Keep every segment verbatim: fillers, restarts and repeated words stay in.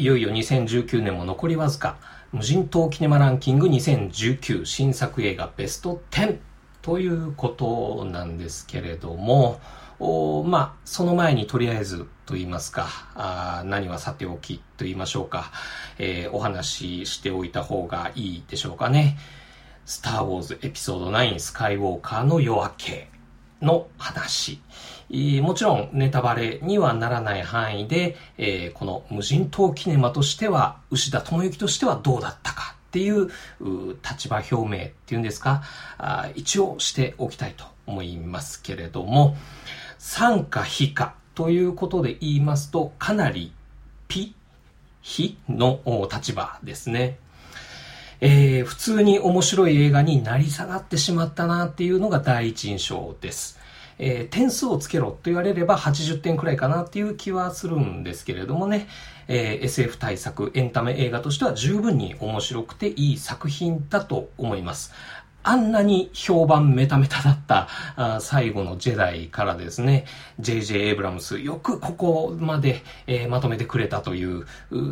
いよいよにせんじゅうきゅうねんも残りわずか、無人島キネマランキングにせんじゅうきゅう新作映画ベストじゅうということなんですけれども、おまあその前にとりあえずと言いますか、あ何はさておきと言いましょうか、えー、お話ししておいた方がいいでしょうかね。スターウォーズエピソードナインスカイウォーカーの夜明けの話、もちろんネタバレにはならない範囲で、えー、この無人島キネマとしては、牛田智之としてはどうだったかっていう立場表明っていうんですか、あ一応しておきたいと思いますけれども、賛か非かということで言いますと、かなりピ非の立場ですね。えー、普通に面白い映画になり下がってしまったなっていうのが第一印象です。えー、点数をつけろと言われればはちじゅってんくらいかなっていう気はするんですけれどもね、えー、エスエフ 大作エンタメ映画としては十分に面白くていい作品だと思います。あんなに評判メタメタだったあ最後のジェダイからですね、ジェイジェイ エイブラムスよくここまで、えー、まとめてくれたという、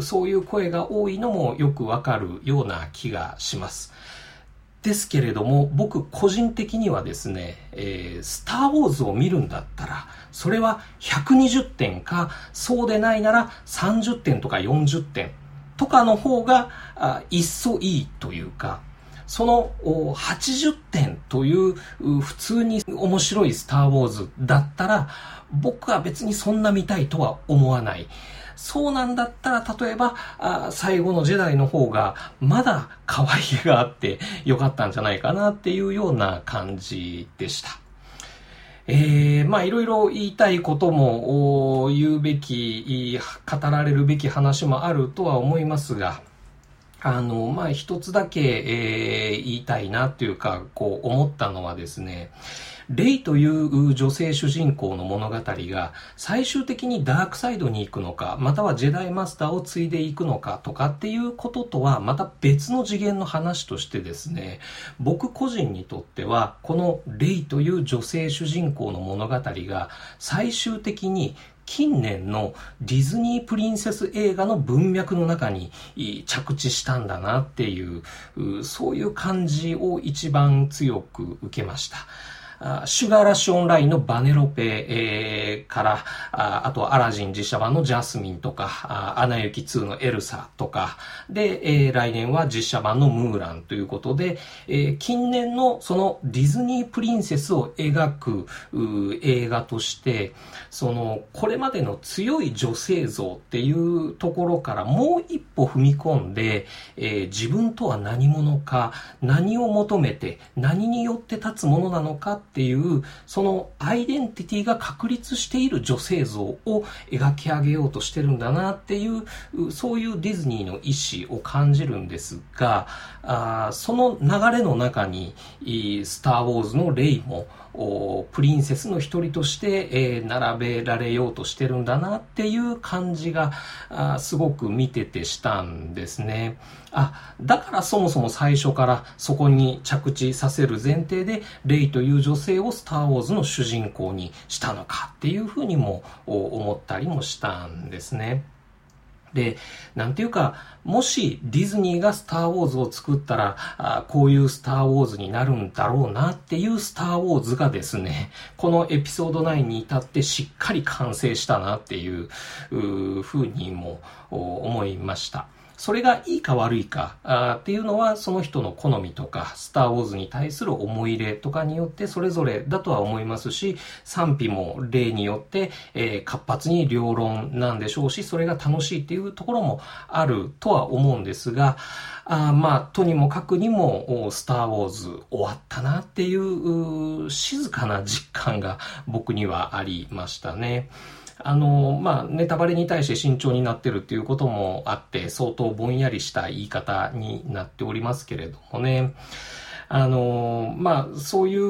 そういう声が多いのもよくわかるような気がします。ですけれども、僕個人的にはですね、えー、スターウォーズを見るんだったら、それはひゃくにじゅってんか、そうでないならさんじゅってんとかよんじゅってんとかの方が、あいっそいいというか、そのはちじゅってんという普通に面白いスターウォーズだったら、僕は別にそんな見たいとは思わない。そうなんだったら、例えばあ最後のジェダイの方がまだ可愛げがあってよかったんじゃないかなっていうような感じでした。えー、まあいろいろ言いたいことも言うべき、語られるべき話もあるとは思いますが、あの、まあ、一つだけ、えー、言いたいなっていうか、こう思ったのはですね、レイという女性主人公の物語が最終的にダークサイドに行くのか、またはジェダイマスターを継いでいくのかとかっていうこととはまた別の次元の話としてですね、僕個人にとってはこのレイという女性主人公の物語が最終的に近年のディズニープリンセス映画の文脈の中に着地したんだなっていう、そういう感じを一番強く受けました。シュガーラッシュオンラインのバネロペ、えー、から、あ, あとアラジン実写版のジャスミンとか、アナ雪ツーのエルサとか、で、えー、来年は実写版のムーランということで、えー、近年のそのディズニープリンセスを描く映画として、その、これまでの強い女性像っていうところからもう一歩踏み込んで、えー、自分とは何者か、何を求めて、何によって立つものなのかっていうそのアイデンティティが確立している女性像を描き上げようとしてるんだなっていうそういうディズニーの意思を感じるんですが、あその流れの中にスター・ウォーズのレイもプリンセスの一人として、えー、並べられようとしてるんだなっていう感じがあすごく見ててしたんですね。あ、だからそもそも最初からそこに着地させる前提でレイという女性をスター・ウォーズの主人公にしたのかっていうふうにも思ったりもしたんですね。で、なんていうか、もしディズニーがスター・ウォーズを作ったら、あこういうスター・ウォーズになるんだろうなっていうスター・ウォーズがですね、このエピソードナインに至ってしっかり完成したなっていうふうにも思いました。それがいいか悪いかあっていうのはその人の好みとかスター・ウォーズに対する思い入れとかによってそれぞれだとは思いますし、賛否も例によって、えー、活発に両論なんでしょうし、それが楽しいっていうところもあるとは思うんですが、あまあとにもかくにもスター・ウォーズ終わったなっていう静かな実感が僕にはありましたね。あの、まあ、ネタバレに対して慎重になってるっていうこともあって、相当ぼんやりした言い方になっておりますけれどもね。あの、まあ、そういう、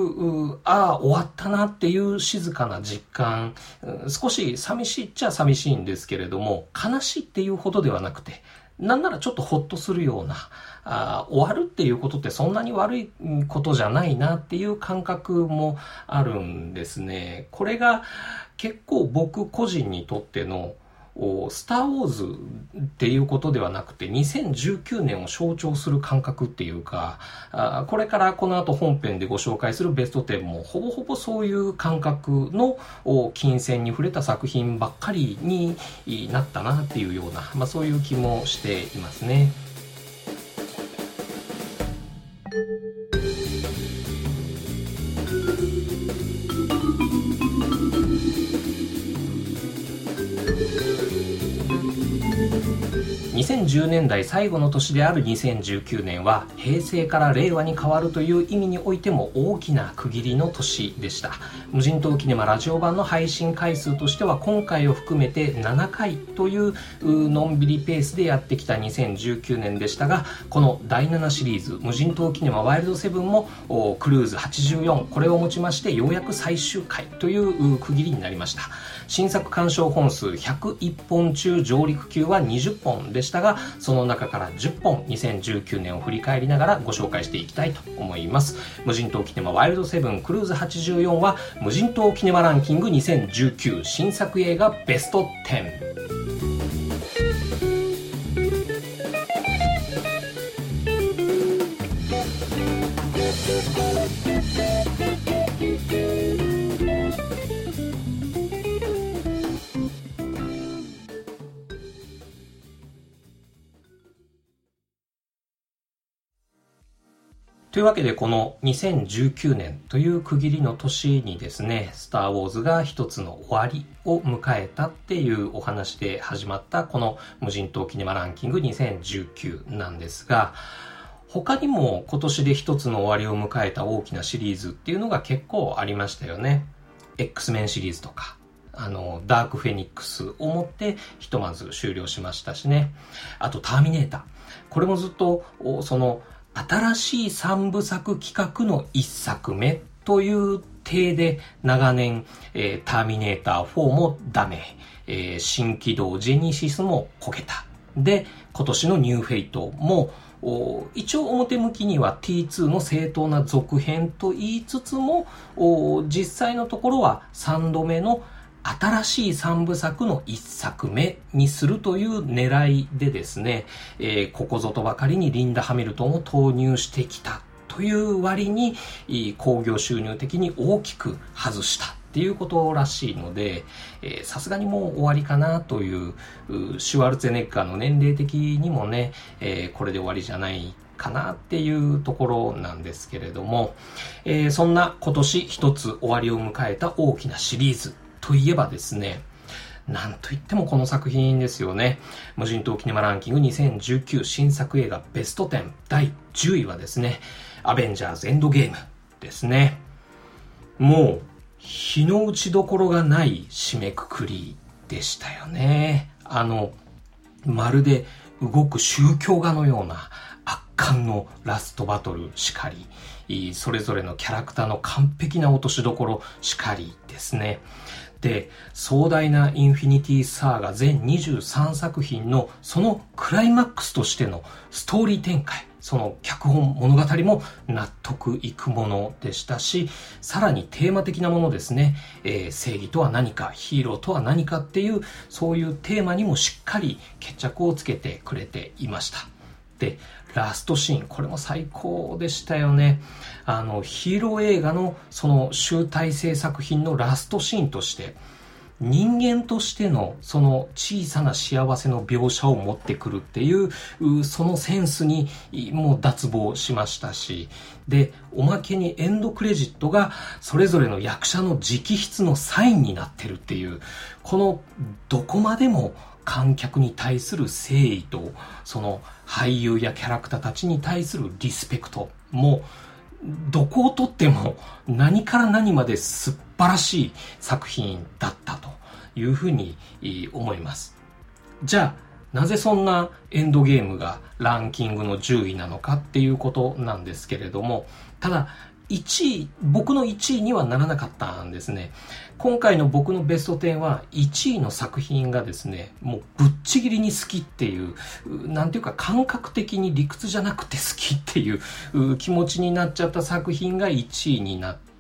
ああ、終わったなっていう静かな実感、少し寂しいっちゃ寂しいんですけれども、悲しいっていうほどではなくて、なんならちょっとほっとするような、あ終わるっていうことってそんなに悪いことじゃないなっていう感覚もあるんですね。これが結構僕個人にとってのスターウォーズっていうことではなくてにせんじゅうきゅうねんを象徴する感覚っていうか、これからこの後本編でご紹介するベストじゅうもほぼほぼそういう感覚の金線に触れた作品ばっかりになったなっていうような、まあ、そういう気もしていますね。にせんじゅうねんだい最後の年であるにせんじゅうきゅうねんは平成から令和に変わるという意味においても大きな区切りの年でした。無人島キネマラジオ版の配信回数としては今回を含めてななかいというのんびりペースでやってきたにせんじゅうきゅうねんでしたが、このだいななシリーズ無人島キネマワイルドセブンもクルーズはちじゅうよん、これをもちましてようやく最終回という区切りになりました。新作鑑賞本数ひゃくいっぽん中上陸級はにじゅっぽんでしたが、その中からじゅっぽんにせんじゅうきゅうねんを振り返りながらご紹介していきたいと思います。無人島キネマワイルドセブンクルーズはちじゅうよんは無人島キネマランキングにせんじゅうきゅう新作映画ベストじゅう。というわけでこのにせんじゅうきゅうねんという区切りの年にですね、スターウォーズが一つの終わりを迎えたっていうお話で始まったこの無人島キネマランキングにせんじゅうきゅうなんですが、他にも今年で一つの終わりを迎えた大きなシリーズっていうのが結構ありましたよね。X メンシリーズとか、あの、ダークフェニックスをもってひとまず終了しましたしね。あとターミネーター。これもずっと、その、新しい三部作企画の一作目という体で長年、えー、ターミネーターフォーもダメ、えー、新起動ジェニシスもこけた。で、今年のニューフェイトも一応表向きには ティーツー の正当な続編と言いつつも実際のところはさんどめの新しい三部作の一作目にするという狙いでですね、えー、ここぞとばかりにリンダ・ハミルトンを投入してきたという割に興行収入的に大きく外したっていうことらしいので、さすがにもう終わりかなという、シュワルツェネッガーの年齢的にもね、えー、これで終わりじゃないかなっていうところなんですけれども、えー、そんな今年一つ終わりを迎えた大きなシリーズといえばですね、なんといってもこの作品ですよね。無人島キネマランキングにせんじゅうきゅう新作映画ベストじゅうだいじゅういはですね、アベンジャーズエンドゲームですね。もう日の打ちどころがない締めくくりでしたよね。あの、まるで動く宗教画のような圧巻のラストバトルしかり、それぞれのキャラクターの完璧な落としどころしかりですね。で、壮大なインフィニティサーガ全にじゅうさんさく品のそのクライマックスとしてのストーリー展開、その脚本物語も納得いくものでしたし、さらにテーマ的なものですね、えー、正義とは何か、ヒーローとは何かっていう、そういうテーマにもしっかり決着をつけてくれていました。で、ラストシーン、これも最高でしたよね。あの、ヒーロー映画のその集大成作品のラストシーンとして、人間としてのその小さな幸せの描写を持ってくるっていう、そのセンスにもう脱帽しましたし、で、おまけにエンドクレジットがそれぞれの役者の直筆のサインになってるっていう、このどこまでも観客に対する誠意と、その俳優やキャラクターたちに対するリスペクトも、どこをとっても何から何まで素晴らしい作品だったというふうに思います。じゃあ、なぜそんなエンドゲームがランキングのじゅういなのかっていうことなんですけれども、ただ、いちい、僕のいちいにはならなかったんですね。今回の僕のベストじゅうはいちいの作品がですね、もうぶっちぎりに好きっていう、なんていうか感覚的に理屈じゃなくて好きっていう気持ちになっちゃった作品がいちいになって、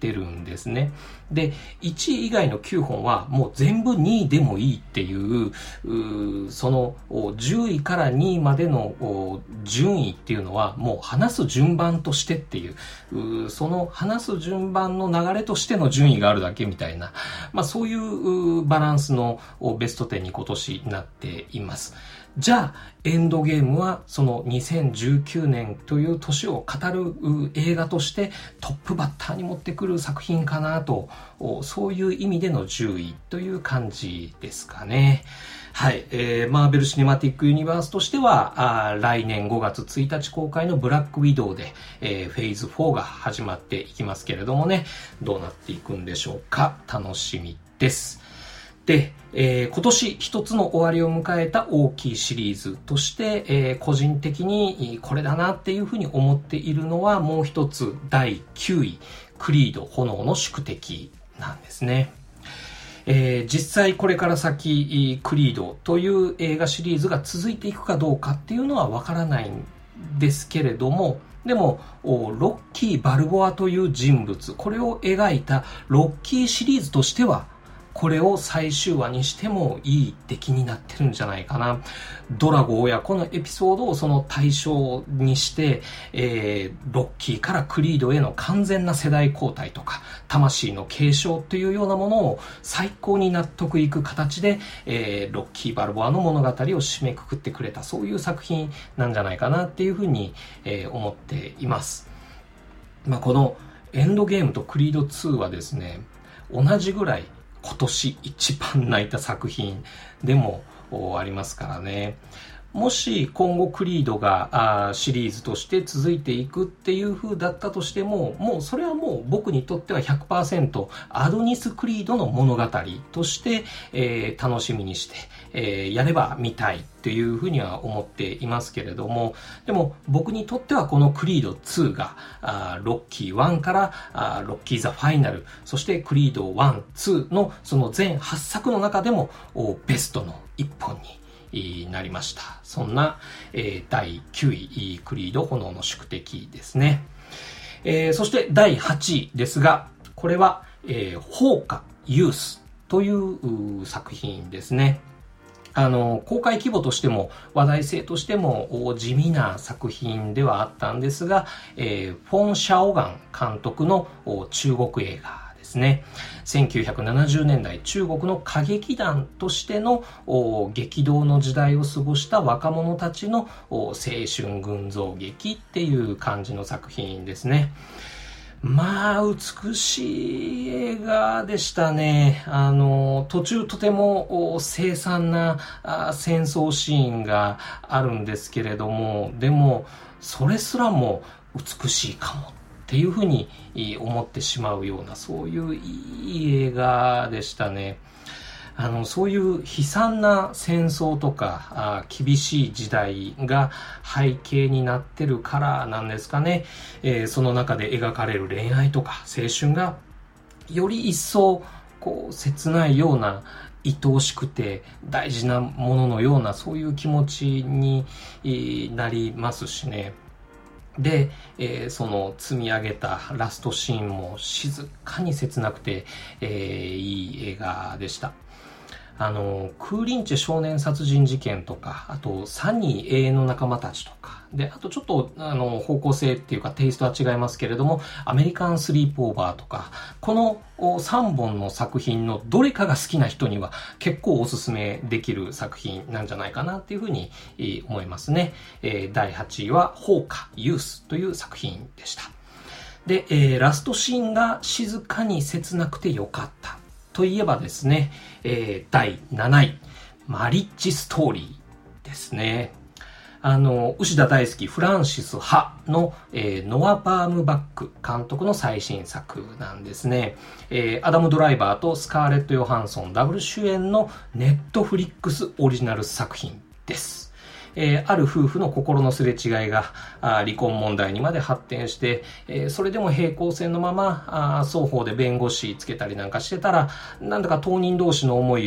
ってるんですね。で、いちい以外のきゅうほんはもう全部にいでもいいっていう、うそのじゅういからにいまでの順位っていうのはもう話す順番としてっていう、うその話す順番の流れとしての順位があるだけみたいな、まあそういうバランスのベストじゅうに今年なっています。じゃあ、エンドゲームはそのにせんじゅうきゅうねんという年を語る映画としてトップバッターに持ってくる作品かなと、そういう意味でのじゅういという感じですかね。はい、えー、マーベル・シネマティック・ユニバースとしては、あ来年ごがつついたち公開のブラック・ウィドウで、えー、フェーズフォーが始まっていきますけれどもね、どうなっていくんでしょうか。楽しみです。で、えー、今年一つの終わりを迎えた大きいシリーズとして、えー、個人的にこれだなっていうふうに思っているのはもう一つだいきゅうい、クリード炎の宿敵なんですね。えー、実際これから先クリードという映画シリーズが続いていくかどうかっていうのはわからないんですけれども、でもロッキー・バルボアという人物、これを描いたロッキーシリーズとしてはこれを最終話にしてもいい出来になってるんじゃないかな。ドラゴ親子のエピソードをその対象にして、えー、ロッキーからクリードへの完全な世代交代とか、魂の継承というようなものを最高に納得いく形で、えー、ロッキー・バルボアの物語を締めくくってくれた、そういう作品なんじゃないかなっていうふうに、えー、思っています。まあ、このエンドゲームとクリードツーはですね、同じぐらい今年一番泣いた作品でもありますからね。もし今後クリードがあシリーズとして続いていくっていう風だったとしても、もうそれはもう僕にとっては ひゃくパーセント アドニス・クリードの物語として、えー、楽しみにして、えー、やれば見たいっていうふうには思っていますけれども、でも僕にとってはこのクリードツーがあーロッキーワンからあーロッキー・ザ・ファイナル、そしてクリードワン、ツーのその全はっさくの中でもベストのいっぽんになりました。そんな、えー、だいきゅういクリード炎の宿敵ですね。えー、そしてだいはちいですが、これは、えー、放火ユースという作品ですね。あの、公開規模としても話題性としても地味な作品ではあったんですが、えー、フォン・シャオガン監督の中国映画ですね。せんきゅうひゃくななじゅうねんだい中国の歌劇団としての激動の時代を過ごした若者たちの青春群像劇っていう感じの作品ですね。まあ、美しい映画でしたね。あの、途中とても凄惨な戦争シーンがあるんですけれども、でも、それすらも美しいかもっていうふうに思ってしまうような、そういういい映画でしたね。あの、そういう悲惨な戦争とか、あ厳しい時代が背景になってるからなんですかね。えー、その中で描かれる恋愛とか青春が、より一層、こう、切ないような、愛おしくて大事なもののような、そういう気持ちになりますしね。で、えー、その積み上げたラストシーンも静かに切なくて、えー、いい映画でした。あの、クーリンチェ少年殺人事件とか、あと、サニー永遠の仲間たちとか、で、あとちょっと、あの、方向性っていうかテイストは違いますけれども、アメリカンスリープオーバーとか、このさんぼんの作品のどれかが好きな人には結構おすすめできる作品なんじゃないかなっていうふうに思いますね。えー、だいはちいは、放火ユースという作品でした。で、えー、ラストシーンが静かに切なくてよかった。といえばですね、えー、だいなない、マリッジストーリーですね。あの、牛田大好きフランシス・ハの、えー、ノア・バームバック監督の最新作なんですね。えー、アダム・ドライバーとスカーレット・ヨハンソンダブル主演のネットフリックスオリジナル作品です。えー、ある夫婦の心のすれ違いがあ離婚問題にまで発展して、えー、それでも平行線のままあ双方で弁護士つけたりなんかしてたら、なんだか当人同士の思いを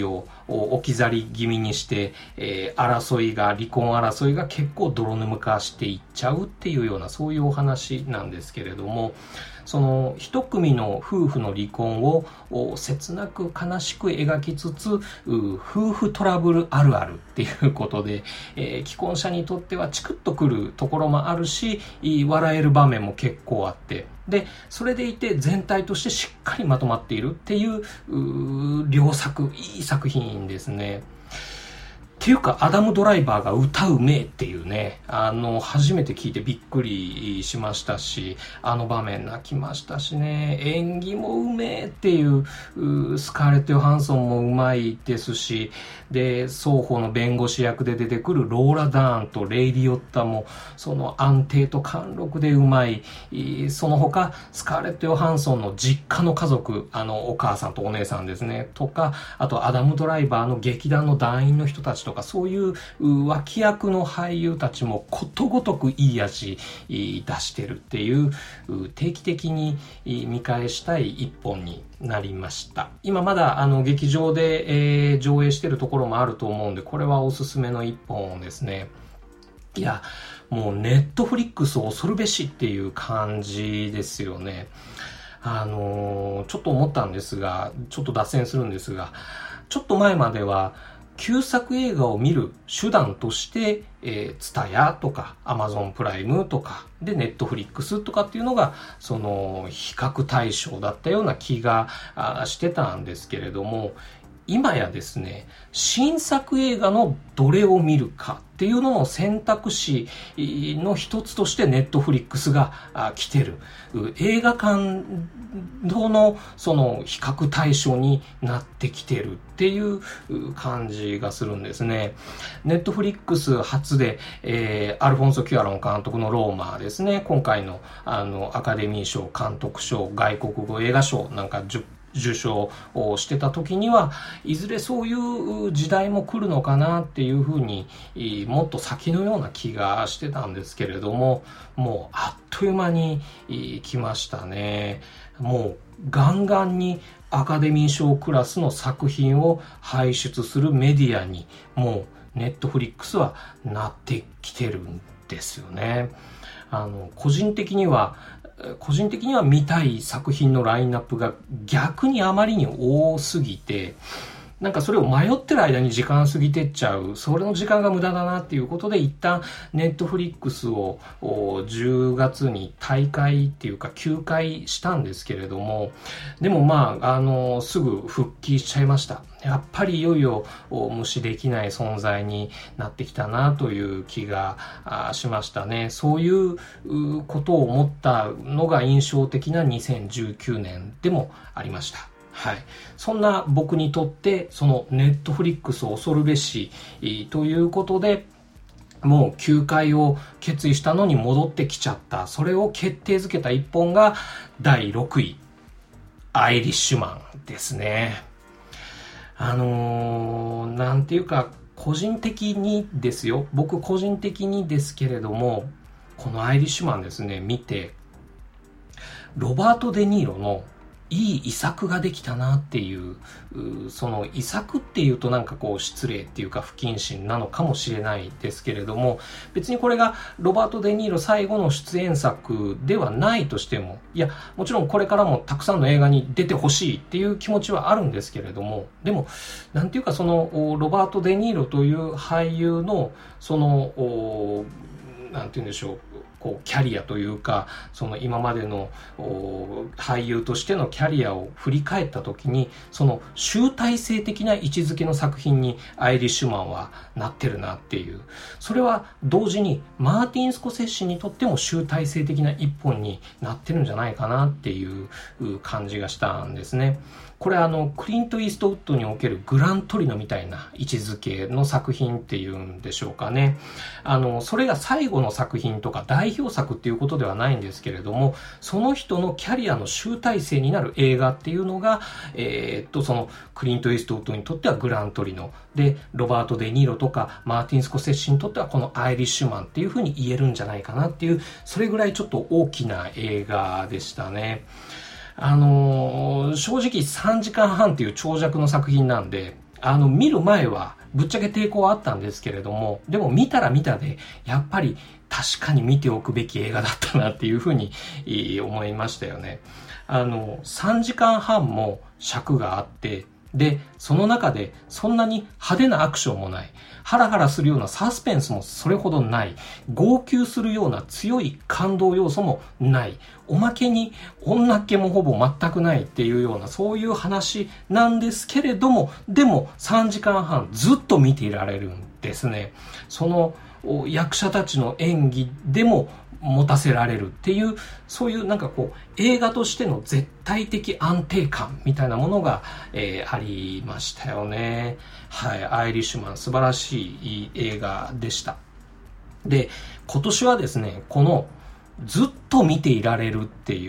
置き去り気味にして、えー、争いが、離婚争いが結構泥沼化していっちゃうっていうような、そういうお話なんですけれども、その一組の夫婦の離婚を切なく悲しく描きつつ、夫婦トラブルあるあるっていうことで、えー、既婚者にとってはチクッとくるところもあるし、笑える場面も結構あって、で、それでいて全体としてしっかりまとまっているっていう、う良作、いい作品ですね。っていうか、アダム・ドライバーが歌うめえっていうね、あの、初めて聞いてびっくりしましたし、あの場面泣きましたしね、演技もうめえっていう、うスカーレット・ヨハンソンもうまいですし、で、双方の弁護士役で出てくるローラ・ダーンとレイディオッタも、その安定と貫禄でうまい、その他、スカーレット・ヨハンソンの実家の家族、あの、お母さんとお姉さんですね、とか、あとアダム・ドライバーの劇団の団員の人たちとか、そういう脇役の俳優たちもことごとくいい味出してるっていう、定期的に見返したい一本になりました。今まだあの劇場で、えー、上映してるところもあると思うんで、これはおすすめの一本ですね。いや、もうネットフリックス恐るべしっていう感じですよね。あのー、ちょっと思ったんですが、ちょっと脱線するんですが、ちょっと前までは旧作映画を見る手段として、えー、ツタヤとか、アマゾンプライムとか、で、ネットフリックスとかっていうのが、その、比較対象だったような気がしてたんですけれども、今やですね、新作映画のどれを見るかっていうのの選択肢の一つとしてネットフリックスが来てる。映画館とのその比較対象になってきてるっていう感じがするんですね。ネットフリックス初で、えー、アルフォンソ・キュアロン監督のローマですね。今回のあのアカデミー賞、監督賞、外国語映画賞なんかじゅっ受賞をしてた時には、いずれそういう時代も来るのかなっていうふうに、もっと先のような気がしてたんですけれども、もうあっという間に来ましたね。もうガンガンにアカデミー賞クラスの作品を輩出するメディアに、もうネットフリックスはなってきてるんですよね。あの、個人的には、個人的には見たい作品のラインナップが逆にあまりに多すぎて、なんかそれを迷ってる間に時間過ぎてっちゃう、それの時間が無駄だなっていうことで、一旦ネットフリックスをじゅうがつに退会っていうか休会したんですけれども、でもまあ、あの、すぐ復帰しちゃいました。やっぱりいよいよ無視できない存在になってきたなという気がしましたね。そういうことを思ったのが印象的なにせんじゅうきゅうねんでもありました。はい。そんな僕にとって、そのネットフリックスを恐るべしということで、もう休会を決意したのに戻ってきちゃった。それを決定づけた一本がだいろくい、アイリッシュマンですね。あのー、なんていうか、個人的にですよ。僕個人的にですけれども、このアイリッシュマンですね、見て、ロバート・デ・ニーロのいい遺作ができたなっていう、うその遺作っていうとなんかこう失礼っていうか不謹慎なのかもしれないですけれども、別にこれがロバート・デ・ニーロ最後の出演作ではないとしても、いや、もちろんこれからもたくさんの映画に出てほしいっていう気持ちはあるんですけれども、でも、なんていうかそのロバート・デ・ニーロという俳優のその、なんていうんでしょう、こうキャリアというか、その今までの俳優としてのキャリアを振り返った時に、その集大成的な位置づけの作品にアイリッシュマンはなってるなっていう、それは同時にマーティン・スコセッシにとっても集大成的な一本になってるんじゃないかなっていう感じがしたんですね。これあのクリント・イーストウッドにおけるグラントリノみたいな位置づけの作品っていうんでしょうかね。あのそれが最後の作品とか代表作っていうことではないんですけれども、その人のキャリアの集大成になる映画っていうのが、えー、っとそのクリント・イーストウッドにとってはグラントリノで、ロバート・デ・ニーロとかマーティン・スコセッシにとってはこのアイリッシュマンっていうふうに言えるんじゃないかなっていう、それぐらいちょっと大きな映画でしたね。あのー、正直さんじかんはんっていう長尺の作品なんで、 あの、見る前は、ぶっちゃけ抵抗はあったんですけれども、でも見たら見たで、やっぱり確かに見ておくべき映画だったなっていうふうに思いましたよね。あの、さんじかんはんも尺があって、で、その中でそんなに派手なアクションもない。ハラハラするようなサスペンスもそれほどない。号泣するような強い感動要素もない。おまけに女っ気もほぼ全くないっていうようなそういう話なんですけれども、でもさんじかんはんずっと見ていられるんですね。その役者たちの演技でも持たせられるっていう、そういうなんかこう映画としての絶対的安定感みたいなものが、えー、ありましたよね。はい、アイリッシュマン素晴らしい映画でした。で、今年はですね、このずっと見ていられるっていう、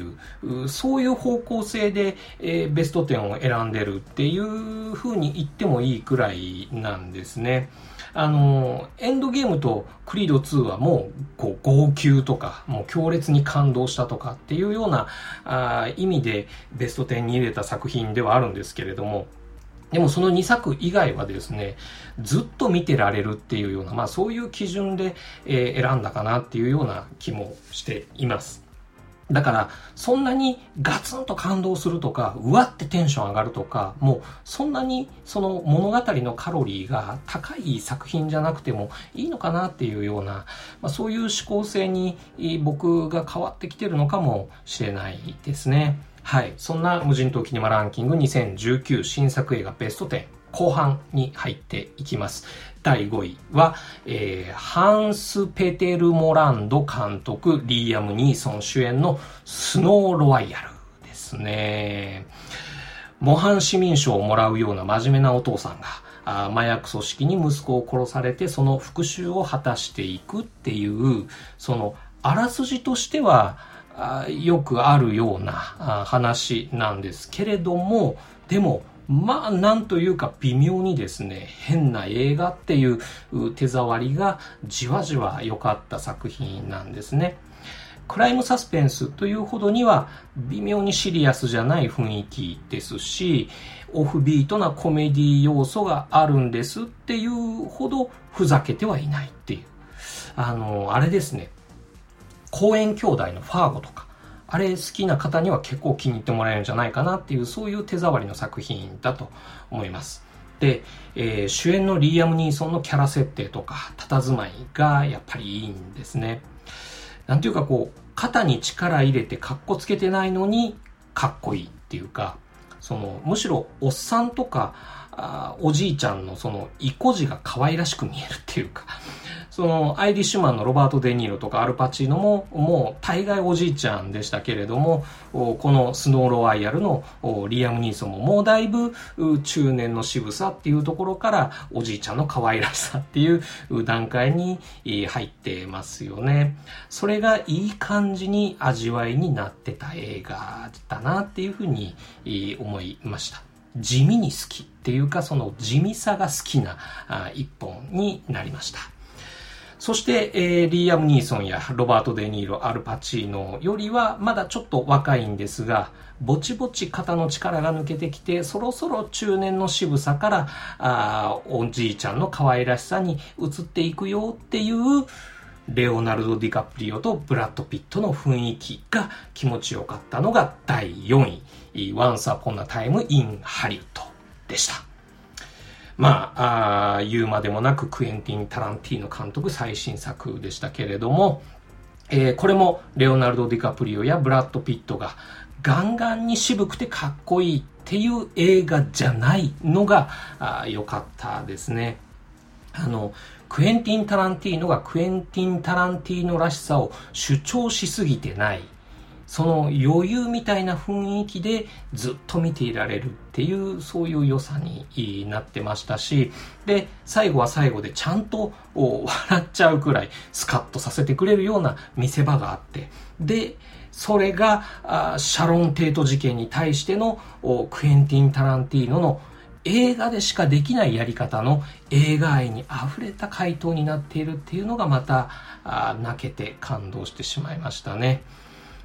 そういう方向性で、えー、ベストテンを選んでるっていう風に言ってもいいくらいなんですね。あの、エンドゲームとクリードツーはもう、こう、号泣とか、もう強烈に感動したとかっていうようなあ意味でベストテンに入れた作品ではあるんですけれども、でもそのにさく以外はですね、ずっと見てられるっていうような、まあそういう基準で、えー、選んだかなっていうような気もしています。だから、そんなにガツンと感動するとか、うわってテンション上がるとか、もうそんなにその物語のカロリーが高い作品じゃなくてもいいのかなっていうような、まあ、そういう思考性に僕が変わってきてるのかもしれないですね。はい。そんな無人島キネマランキングにせんじゅうきゅう新作映画ベストテン後半に入っていきます。だいごいは、えー、ハンス・ペテル・モランド監督、リーアム・ニーソン主演のスノー・ロワイヤルですね。模範市民賞をもらうような真面目なお父さんが、あ麻薬組織に息子を殺されてその復讐を果たしていくっていう、そのあらすじとしてはあよくあるような話なんですけれども、でもまあなんというか微妙にですね、変な映画っていう手触りがじわじわ良かった作品なんですね。クライムサスペンスというほどには微妙にシリアスじゃない雰囲気ですし、オフビートなコメディ要素があるんですっていうほどふざけてはいないっていう。あの、あれですね。コーエン兄弟のファーゴとか、あれ好きな方には結構気に入ってもらえるんじゃないかなっていう、そういう手触りの作品だと思います。で、えー、主演のリーアム・ニーソンのキャラ設定とか佇まいがやっぱりいいんですね。なんていうかこう、肩に力入れてカッコつけてないのにかっこいいっていうか、その、むしろおっさんとか、あおじいちゃんのその、意固地が可愛らしく見えるっていうか、その、アイリッシュマンのロバート・デ・ニーロとかアルパチーノも、もう大概おじいちゃんでしたけれども、このスノーロワイヤルのリアム・ニーソンももうだいぶ中年の渋さっていうところから、おじいちゃんの可愛らしさっていう段階に入ってますよね。それがいい感じに味わいになってた映画だなっていうふうに思いました。地味に好きっていうか、その地味さが好きな一本になりました。そして、えー、リーアム・ニーソンやロバート・デ・ニーロ、アルパチーノよりはまだちょっと若いんですが、ぼちぼち肩の力が抜けてきて、そろそろ中年の渋さから、あおじいちゃんの可愛らしさに移っていくよっていう、レオナルド・ディカプリオとブラッド・ピットの雰囲気が気持ちよかったのがだいよんい、Once Upon a Time in Hollywood でした。まあ、あ言うまでもなくクエンティン・タランティーノ監督最新作でしたけれども、えー、これもレオナルド・ディカプリオやブラッド・ピットがガンガンに渋くてかっこいいっていう映画じゃないのが良かったですね。あの、クエンティン・タランティーノがクエンティン・タランティーノらしさを主張しすぎてない。その余裕みたいな雰囲気でずっと見ていられるっていう、そういう良さになってましたし、で、最後は最後でちゃんと笑っちゃうくらいスカッとさせてくれるような見せ場があって、で、それがシャロン・テート事件に対してのクエンティン・タランティーノの映画でしかできないやり方の映画愛に溢れた回答になっているっていうのがまた泣けて感動してしまいましたね。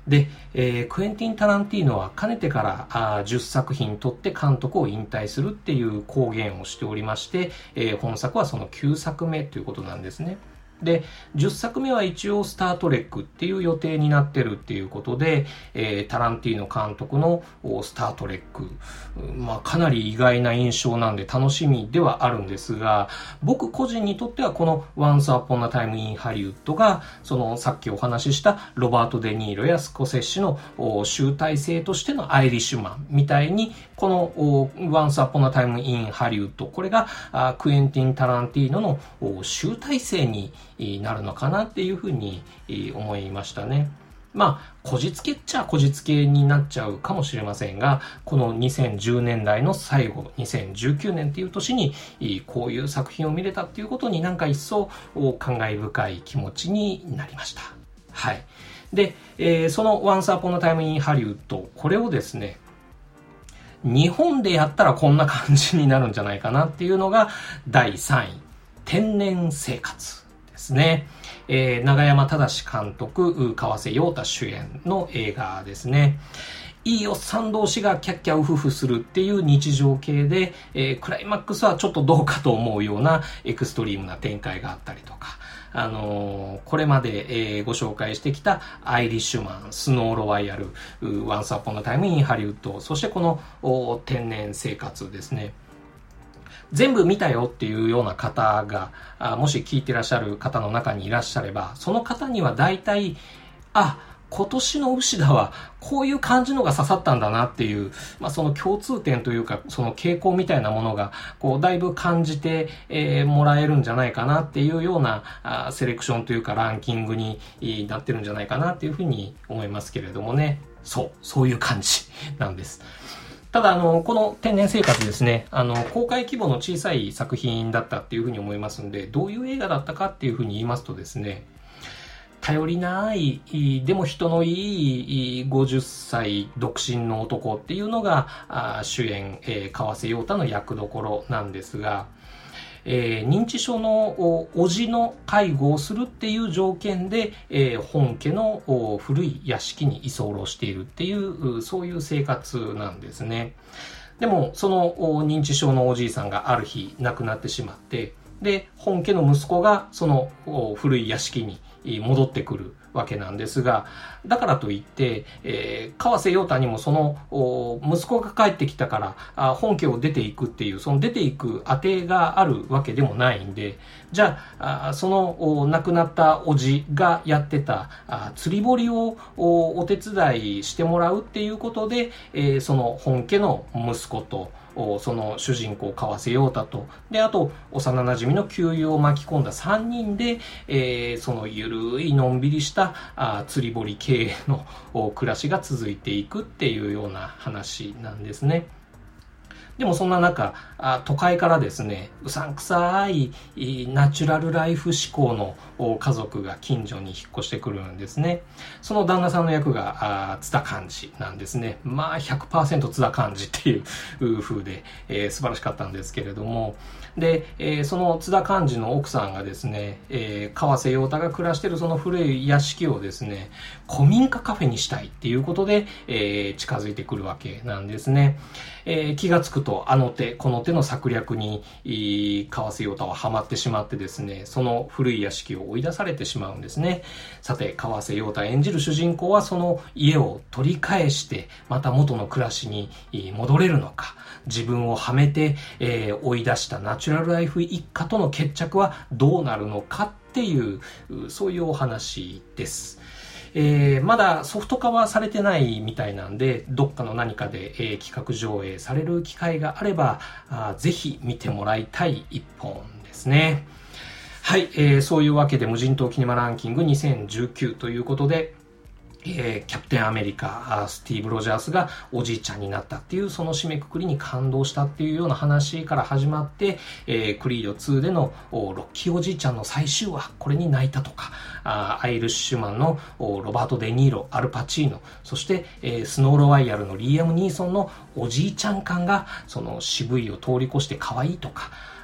で、えー、クエンティン・タランティーノはかねてからあじゅっさくひん撮って監督を引退するっていう公言をしておりまして、えー、本作はそのきゅうさくめということなんですね。で、じゅっさくめは一応スタートレックっていう予定になってるっていうことで、えー、タランティーノ監督のスタートレック、まあかなり意外な印象なんで楽しみではあるんですが、僕個人にとってはこの Once Upon a Time in Hollywood が、そのさっきお話ししたロバート・デ・ニーロやスコセッシの集大成としてのアイリッシュマンみたいに、この Once Upon a Time in Hollywood、これがクエンティン・タランティーノの集大成になるのかなっていうふうに思いましたね。まあ、こじつけっちゃこじつけになっちゃうかもしれませんが、このにせんじゅうねんだいの最後、にせんじゅうきゅうねんっていう年にこういう作品を見れたっていうことになんか一層感慨深い気持ちになりました。はい。で、えー、その Once Upon a Time in Hollywood、これをですね、日本でやったらこんな感じになるんじゃないかなっていうのがだいさんい、天然生活ですね。えー、永山忠監督、川瀬陽太主演の映画ですね。いいおっさん同士がキャッキャウフフするっていう日常系で、えー、クライマックスはちょっとどうかと思うようなエクストリームな展開があったりとか、あのー、これまで、えー、ご紹介してきたアイリッシュマン、スノーロワイヤル、Once Upon a Time in Hollywood、そしてこの天然生活ですね。全部見たよっていうような方が、もし聞いてらっしゃる方の中にいらっしゃれば、その方には大体、あ、今年のウシダはこういう感じのが刺さったんだなっていう、まあその共通点というか、その傾向みたいなものが、こうだいぶ感じて、えー、もらえるんじゃないかなっていうようなあセレクションというかランキングになってるんじゃないかなっていうふうに思いますけれどもね。そう、そういう感じなんです。ただ、あの、この天然生活ですね、あの、公開規模の小さい作品だったっていうふうに思いますんで、どういう映画だったかっていうふうに言いますとですね、頼りない、でも人のいいごじゅっさい独身の男っていうのが主演、えー、川瀬陽太の役どころなんですが、えー、認知症のおじの介護をするっていう条件で、えー、本家の古い屋敷に居候しているっていう、そういう生活なんですね。でも、その認知症のおじいさんがある日亡くなってしまって、で、本家の息子がその古い屋敷に戻ってくるわけなんですが、だからといって、えー、川瀬陽太にもその息子が帰ってきたからあ本家を出ていくっていう、その出ていく当てがあるわけでもないんで、じゃあ、あその亡くなったおじがやってたあ釣り堀をお手伝いしてもらうっていうことで、えー、その本家の息子とその主人公川瀬陽太と、で、あと幼馴染の旧友を巻き込んださんにんで、えー、そのゆるいのんびりしたあ釣り堀経営の暮らしが続いていくっていうような話なんですね。でもそんな中、都会からですね、うさんくさいナチュラルライフ志向の家族が近所に引っ越してくるんですね。その旦那さんの役が津田寛治なんですね。まあ ひゃくパーセント 津田寛治っていう風で、えー、素晴らしかったんですけれども、で、えー、その津田寛治の奥さんがですね、えー、川瀬陽太が暮らしているその古い屋敷をですね、古民家カフェにしたいっていうことで、えー、近づいてくるわけなんですね。えー、気がつくとあの手この手の策略に川瀬陽太はハマってしまってですね、その古い屋敷を追い出されてしまうんですね。さて、川瀬陽太演じる主人公はその家を取り返してまた元の暮らしに戻れるのか、自分をはめて、えー、追い出したナチュラルライフ一家との決着はどうなるのかっていう、そういうお話です。えー、まだソフト化はされてないみたいなんで、どっかの何かで、えー、企画上映される機会があれば、あぜひ見てもらいたい一本ですね。はい、えー、そういうわけで無人島キネマランキングにせんじゅうきゅうということで、えー、キャプテンアメリカ、スティーブ・ロジャースがおじいちゃんになったっていう、その締めくくりに感動したっていうような話から始まって、えー、クリードツーでのロッキーおじいちゃんの最終話、これに泣いたとか、あアイリッシュマンのロバート・デ・ニーロ、アルパチーノ、そして、えー、スノーロワイヤルのリーアム・ニーソンのおじいちゃん感が、その渋いを通り越して可愛いとか、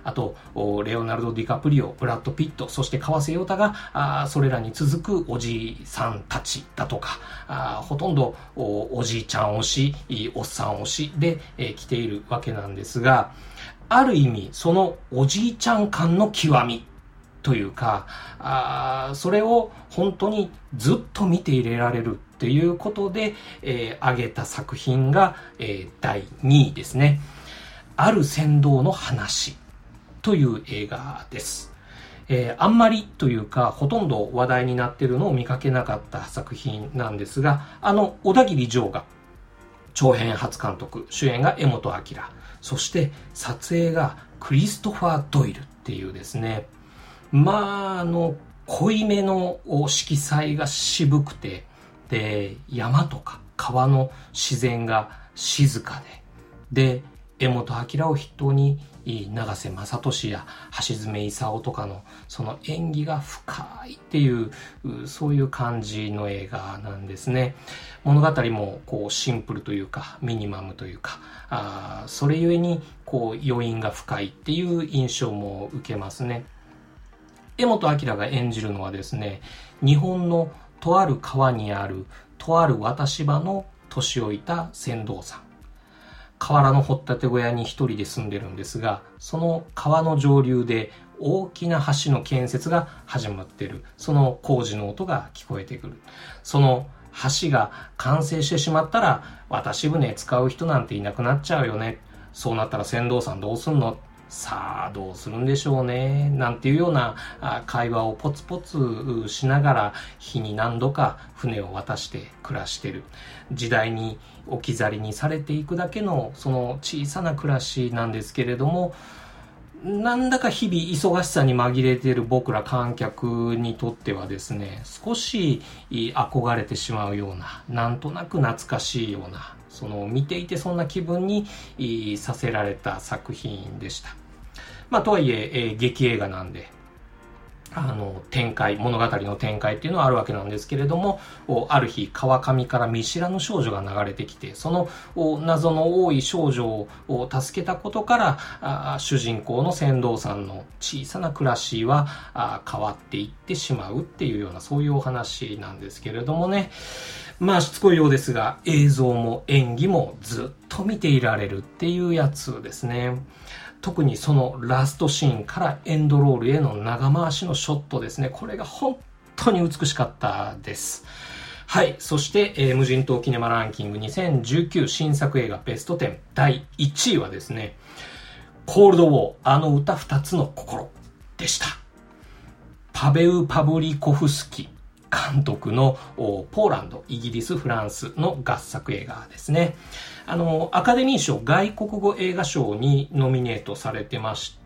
あと、レオナルド・ディカプリオ、ブラッド・ピット、そして川瀬陽太が、あそれらに続くおじさんたちだとか、あほとんど お, おじいちゃん推し、おっさん推しで、えー、来ているわけなんですが、ある意味、そのおじいちゃん感の極みというか、あそれを本当にずっと見ていれられるっていうことで、えー、挙げた作品が、えー、だいにいですね。ある船頭の話という映画です。えー、あんまりというかほとんど話題になっているのを見かけなかった作品なんですが、あの小田切丈が長編初監督、主演が江本明、そして撮影がクリストファー・ドイルっていうですね、まああの濃いめの色彩が渋くて、で山とか川の自然が静かで、で江本明を筆頭に永瀬正敏や橋爪功とかのその演技が深いっていうそういう感じの映画なんですね。物語もこうシンプルというかミニマムというか、あそれゆえにこう余韻が深いっていう印象も受けますね。江本明が演じるのはですね、日本のとある川にあるとある渡し場の年老いた船頭さん。河原の掘ったて小屋に一人で住んでるんですが、その川の上流で大きな橋の建設が始まっている。その工事の音が聞こえてくる。その橋が完成してしまったら、渡し船使う人なんていなくなっちゃうよね。そうなったら船頭さんどうすんの？さあどうするんでしょうね、なんていうような会話をポツポツしながら日に何度か船を渡して暮らしている。時代に置き去りにされていくだけのその小さな暮らしなんですけれども、なんだか日々忙しさに紛れている僕ら観客にとってはですね、少し憧れてしまうような、なんとなく懐かしいような、その見ていてそんな気分にさせられた作品でした。まあとはいえ、えー、劇映画なんで、あの展開、物語の展開っていうのはあるわけなんですけれども、ある日川上から見知らぬ少女が流れてきて、その謎の多い少女を助けたことからあ主人公の船頭さんの小さな暮らしはあ変わっていってしまうっていうような、そういうお話なんですけれどもね。まあしつこいようですが、映像も演技もずっと見ていられるっていうやつですね。特にそのラストシーンからエンドロールへの長回しのショットですね。これが本当に美しかったです。はい。そして、えー、無人島キネマランキングにせんじゅうきゅう新作映画ベストじゅうだいいちいはですね、コールドウォー、あの歌二つの心でした。パベウ・パブリコフスキ監督のポーランド、イギリス、フランスの合作映画ですね。あの、アカデミー賞外国語映画賞にノミネートされてまして、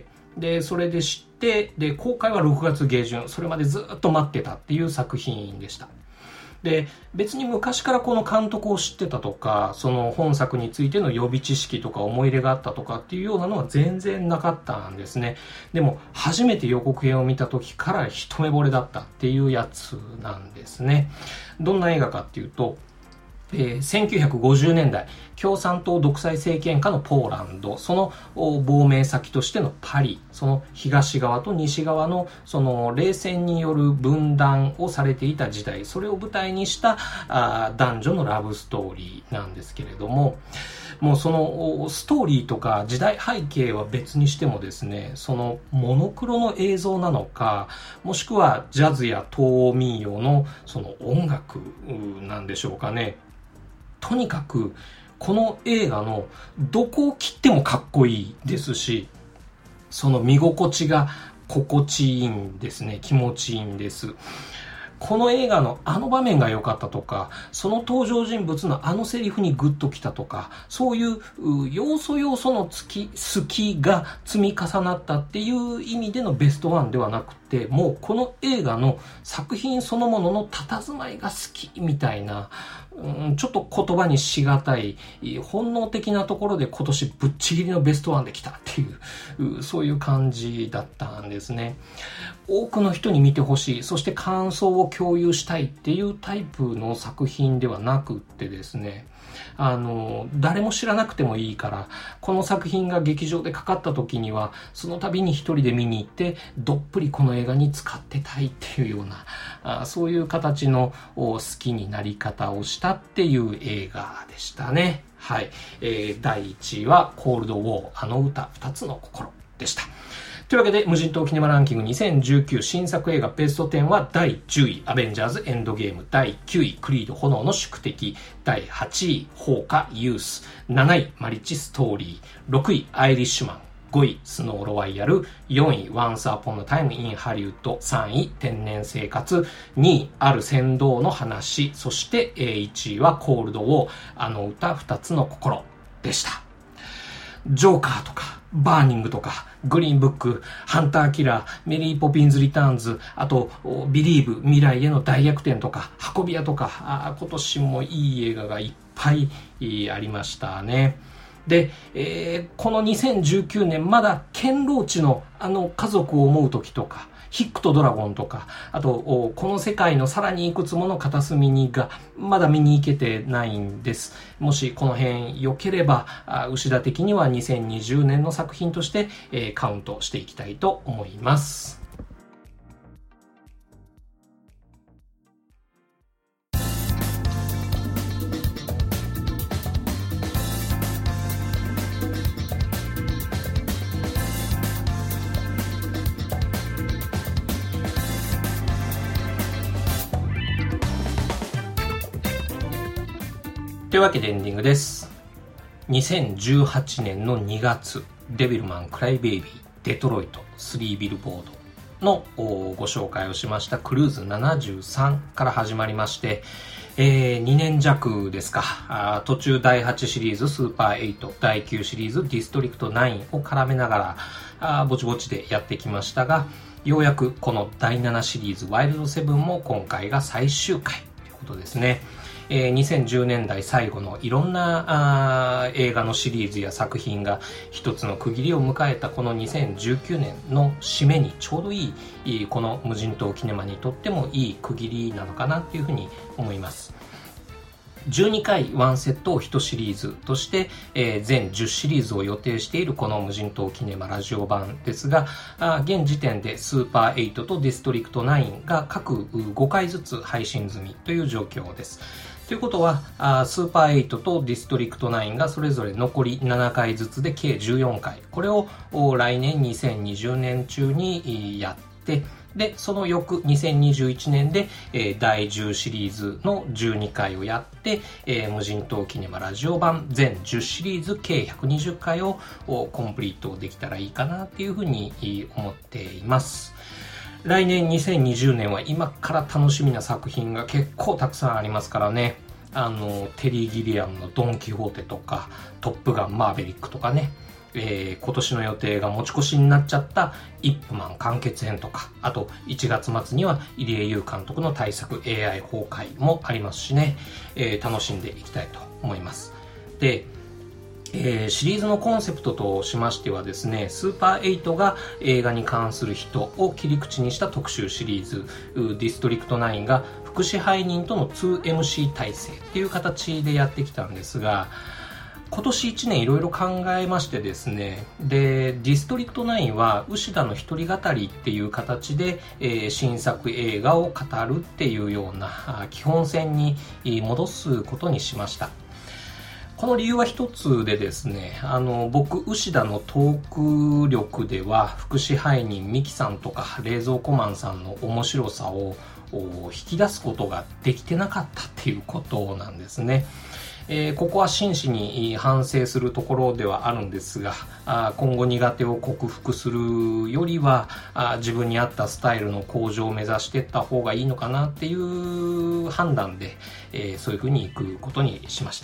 で、それで知って、で、公開はろくがつげじゅん、それまでずっと待ってたっていう作品でした。で、別に昔からこの監督を知ってたとか、その本作についての予備知識とか思い入れがあったとかっていうようなのは全然なかったんですね。でも、初めて予告編を見た時から一目惚れだったっていうやつなんですね。どんな映画かっていうと、えー、せんきゅうひゃくごじゅうねんだい、共産党独裁政権下のポーランド、その亡命先としてのパリ、その東側と西側のその冷戦による分断をされていた時代、それを舞台にしたあ男女のラブストーリーなんですけれども、もうそのストーリーとか時代背景は別にしてもですね、そのモノクロの映像なのか、もしくはジャズや東欧民謡のその音楽なんでしょうかね。とにかくこの映画のどこを切ってもかっこいいですし、その見心地が心地いいんですね。気持ちいいんです。この映画のあの場面が良かったとか、その登場人物のあのセリフにグッときたとか、そういう要素要素のつき好きが積み重なったっていう意味でのベストワンではなくて、もうこの映画の作品そのものの佇まいが好きみたいな、 うん、ちょっと言葉にしがたい、本能的なところで今年ぶっちぎりのベストワンできたっていう、そういう感じだったんですね。多くの人に見てほしい、そして感想を共有したいっていうタイプの作品ではなくってですね、あの、誰も知らなくてもいいから、この作品が劇場でかかった時には、その度に一人で見に行って、どっぷりこの映画に使ってたいっていうような、あそういう形の好きになり方をしたっていう映画でしたね。はい。えー、だいいちいはコールドウォー、あの歌、二つの心でした。というわけで、無人島キネマランキングにせんじゅうきゅう新作映画ベストじゅうはだいじゅうい、アベンジャーズエンドゲーム、だいきゅうい、クリード炎の宿敵、だいはちい、放火ユース、なない、マリッジストーリー、ろくい、アイリッシュマン、ごい、スノーロワイヤル、よんい、ワンスアポンのタイムインハリウッド、さんい、天然生活、にい、ある船頭の話、そしていちいはコールドウォー、あの歌二つの心でした。ジョーカーとか、バーニングとか、グリーンブック、ハンターキラー、メリーポピンズリターンズ、あと、ビリーブ、未来への大逆転とか、運び屋とか、あ今年もいい映画がいっぱいありましたね。で、えー、このにせんじゅうきゅうねんまだケンローチのあの家族を思う時とか、ヒックとドラゴンとか、あと、この世界のさらにいくつもの片隅にが、まだ見に行けてないんです。もしこの辺良ければ、牛田的にはにせんにじゅうねんの作品として、えー、カウントしていきたいと思います。というわけでエンディングです。にせんじゅうはちねんのにがつ、デビルマン、クライベイビー、デトロイト、スリービルボードのご紹介をしましたクルーズななじゅうさんから始まりまして、えー、にねんじゃくですか。あ途中だいはちシリーズスーパーエイト、だいきゅうシリーズディストリクトナインを絡めながらあぼちぼちでやってきましたが、ようやくこのだいななシリーズワイルドセブンも今回が最終回ということですね。えー、にせんじゅうねんだい最後のいろんなあ映画のシリーズや作品が一つの区切りを迎えたこのにせんじゅうきゅうねんの締めにちょうどいい、この無人島キネマにとってもいい区切りなのかなっていうふうに思います。じゅうにかいワンセットをいちシリーズとして、えー、全じゅうシリーズを予定しているこの無人島キネマラジオ版ですが、あ現時点でスーパーエイトとディストリクトナインが各ごかいずつ配信済みという状況です。ということは、スーパーエイトとディストリクトナインがそれぞれ残りななかいずつで計じゅうよんかい。これを来年にせんにじゅうねん中にやって、で、その翌にせんにじゅういちねんで、えー、だいじゅうシリーズのじゅうにかいをやって、えー、無人島キネマラジオ版全じゅうシリーズ計ひゃくにじゅっかいをコンプリートできたらいいかなっていうふうに思っています。来年にせんにじゅうねんは今から楽しみな作品が結構たくさんありますからね。あの、テリー・ギリアムのドン・キホーテとか、トップガン・マーヴェリックとかね。えー、今年の予定が持ち越しになっちゃったイップマン完結編とか、あといちがつ末には入江優監督の大作 エーアイ 崩壊もありますしね、えー、楽しんでいきたいと思います。で、えー、シリーズのコンセプトとしましてはですね、スーパーエイトが映画に関する人を切り口にした特集シリーズ、ディストリクトナインが副支配人との ツーエムシー 体制っていう形でやってきたんですが、今年いちねんいろいろ考えましてですね、で、ディストリクトナインは牛田の一人語りっていう形で、えー、新作映画を語るっていうような基本線に戻すことにしました。この理由は一つでですね、あの、僕、牛田のトーク力では、副支配人ミキさんとか冷蔵庫マンさんの面白さを引き出すことができてなかったっていうことなんですね。えー、ここは真摯に反省するところではあるんですが、あ今後苦手を克服するよりはあ自分に合ったスタイルの向上を目指していった方がいいのかなっていう判断で、えー、そういうふうにいくことにしました。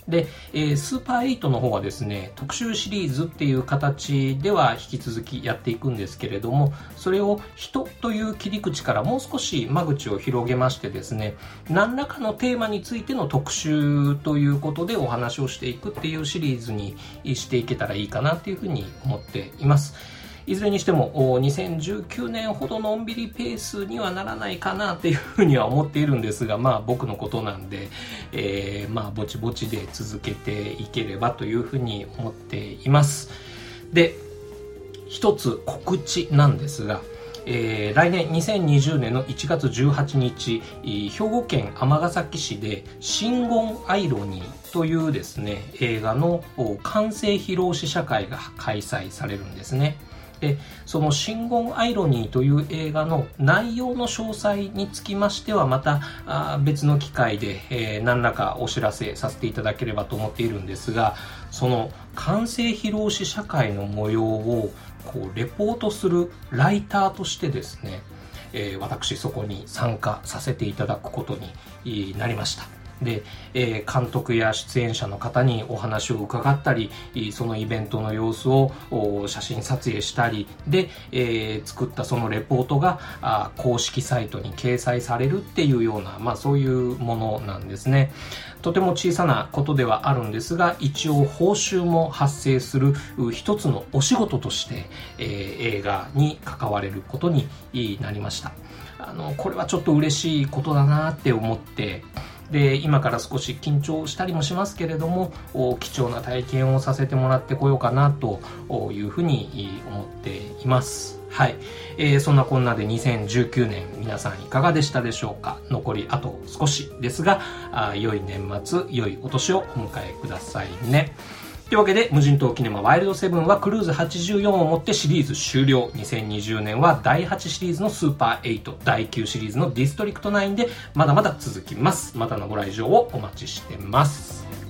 で、えー、スーパーエイトの方はですね、特集シリーズっていう形では引き続きやっていくんですけれども、それを人という切り口からもう少し間口を広げましてですね、何らかのテーマについての特集ということでお話をしていくっていうシリーズにしていけたらいいかなっていうふうに思っています。いずれにしてもにせんじゅうきゅうねんほどのんびりペースにはならないかなっていうふうには思っているんですが、まあ僕のことなんで、えー、まあぼちぼちで続けていければというふうに思っています。で、一つ告知なんですが、えー、来年にせんにじゅうねんのいちがつじゅうはちにち、兵庫県尼崎市で真言アイロニーというですね、映画の完成披露試写会が開催されるんですね。で、その真言アイロニーという映画の内容の詳細につきましてはまたあ別の機会で、えー、何らかお知らせさせていただければと思っているんですが、その完成披露試写会の模様をこうレポートするライターとしてですね、えー、私そこに参加させていただくことになりました。で、えー、監督や出演者の方にお話を伺ったり、そのイベントの様子を写真撮影したりで、えー、作ったそのレポートがあ公式サイトに掲載されるっていうような、まあそういうものなんですね。とても小さなことではあるんですが、一応報酬も発生する一つのお仕事として、えー、映画に関われることになりました。あの、これはちょっと嬉しいことだなって思って、で、今から少し緊張したりもしますけれども、貴重な体験をさせてもらってこようかなというふうに思っています。はい、えー、そんなこんなでにせんじゅうきゅうねん皆さんいかがでしたでしょうか。残りあと少しですが、あ良い年末、良いお年をお迎えくださいね。というわけで、無人島キネマワイルドセブンはクルーズはちじゅうよんをもってシリーズ終了。にせんにじゅうねんはだいはちシリーズのスーパーエイト、だいきゅうシリーズのディストリクトナインでまだまだ続きます。またのご来場をお待ちしてます。